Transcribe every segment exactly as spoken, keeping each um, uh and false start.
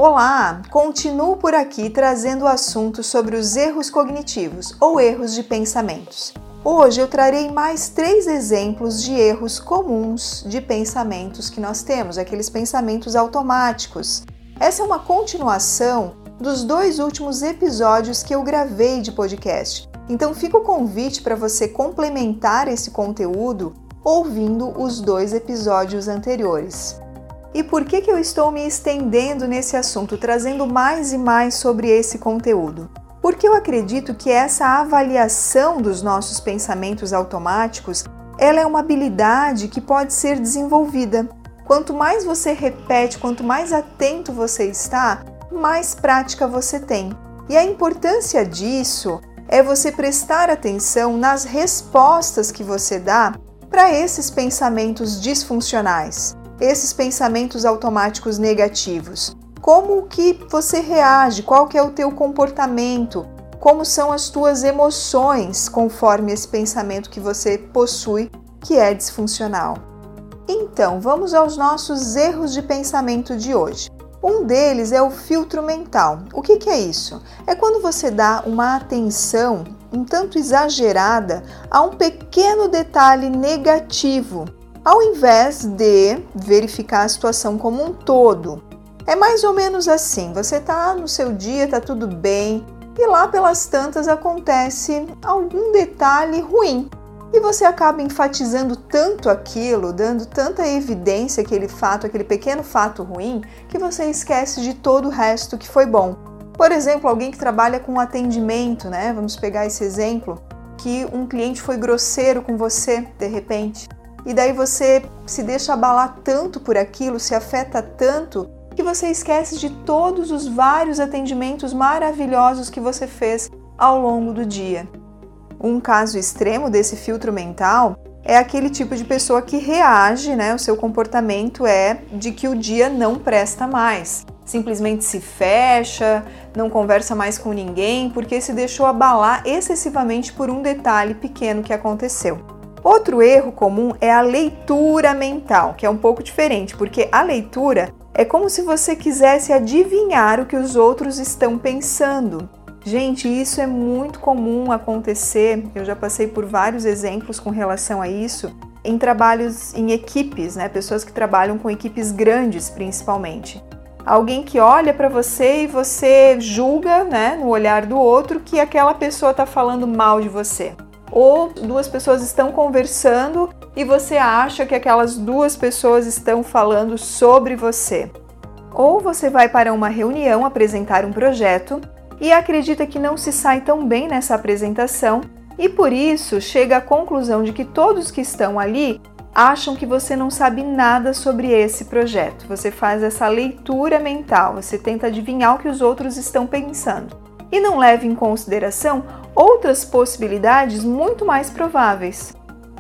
Olá! Continuo por aqui trazendo o assunto sobre os erros cognitivos ou erros de pensamentos. Hoje eu trarei mais três exemplos de erros comuns de pensamentos que nós temos, aqueles pensamentos automáticos. Essa é uma continuação dos dois últimos episódios que eu gravei de podcast. Então fica o convite para você complementar esse conteúdo ouvindo os dois episódios anteriores. E por que que eu estou me estendendo nesse assunto, trazendo mais e mais sobre esse conteúdo? Porque eu acredito que essa avaliação dos nossos pensamentos automáticos, ela é uma habilidade que pode ser desenvolvida. Quanto mais você repete, quanto mais atento você está, mais prática você tem. E a importância disso é você prestar atenção nas respostas que você dá para esses pensamentos disfuncionais, esses pensamentos automáticos negativos. Como que você reage, qual que é o teu comportamento, como são as tuas emoções conforme esse pensamento que você possui que é disfuncional. Então, vamos aos nossos erros de pensamento de hoje. Um deles é o filtro mental. O que que é isso? É quando você dá uma atenção um tanto exagerada a um pequeno detalhe negativo, ao invés de verificar a situação como um todo. É mais ou menos assim, você está no seu dia, está tudo bem, e lá pelas tantas acontece algum detalhe ruim. E você acaba enfatizando tanto aquilo, dando tanta evidência àquele fato, aquele pequeno fato ruim, que você esquece de todo o resto que foi bom. Por exemplo, alguém que trabalha com atendimento, né? Vamos pegar esse exemplo, que um cliente foi grosseiro com você, de repente. E daí você se deixa abalar tanto por aquilo, se afeta tanto, que você esquece de todos os vários atendimentos maravilhosos que você fez ao longo do dia. Um caso extremo desse filtro mental é aquele tipo de pessoa que reage, né? O seu comportamento é de que o dia não presta mais. Simplesmente se fecha, não conversa mais com ninguém, porque se deixou abalar excessivamente por um detalhe pequeno que aconteceu. Outro erro comum é a leitura mental, que é um pouco diferente, porque a leitura é como se você quisesse adivinhar o que os outros estão pensando. Gente, isso é muito comum acontecer, eu já passei por vários exemplos com relação a isso, em trabalhos em equipes, né? Pessoas que trabalham com equipes grandes, principalmente. Alguém que olha para você e você julga, né, no olhar do outro, que aquela pessoa está falando mal de você. Ou duas pessoas estão conversando e você acha que aquelas duas pessoas estão falando sobre você. Ou você vai para uma reunião apresentar um projeto e acredita que não se sai tão bem nessa apresentação e por isso chega à conclusão de que todos que estão ali acham que você não sabe nada sobre esse projeto. Você faz essa leitura mental, você tenta adivinhar o que os outros estão pensando e não leva em consideração outras possibilidades muito mais prováveis.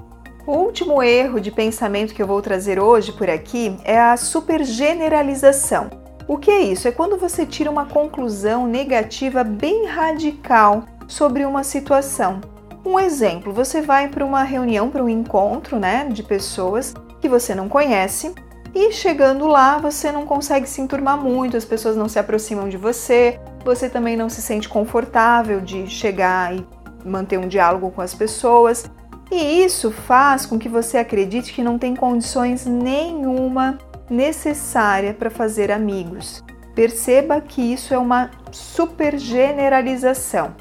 O último erro de pensamento que eu vou trazer hoje por aqui é a supergeneralização. O que é isso? É quando você tira uma conclusão negativa bem radical sobre uma situação. Um exemplo, você vai para uma reunião, para um encontro, né, de pessoas que você não conhece e chegando lá você não consegue se enturmar muito, as pessoas não se aproximam de você, você também não se sente confortável de chegar e manter um diálogo com as pessoas. E isso faz com que você acredite que não tem condições nenhuma necessária para fazer amigos. Perceba que isso é uma supergeneralização.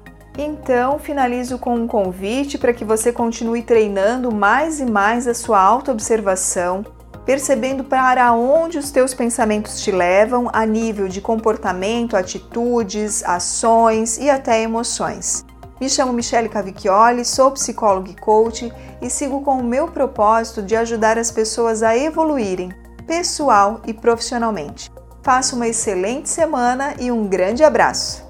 Então, finalizo com um convite para que você continue treinando mais e mais a sua autoobservação, percebendo para onde os teus pensamentos te levam a nível de comportamento, atitudes, ações e até emoções. Me chamo Michele Cavicchioli, sou psicóloga e coach e sigo com o meu propósito de ajudar as pessoas a evoluírem, pessoal e profissionalmente. Faça uma excelente semana e um grande abraço!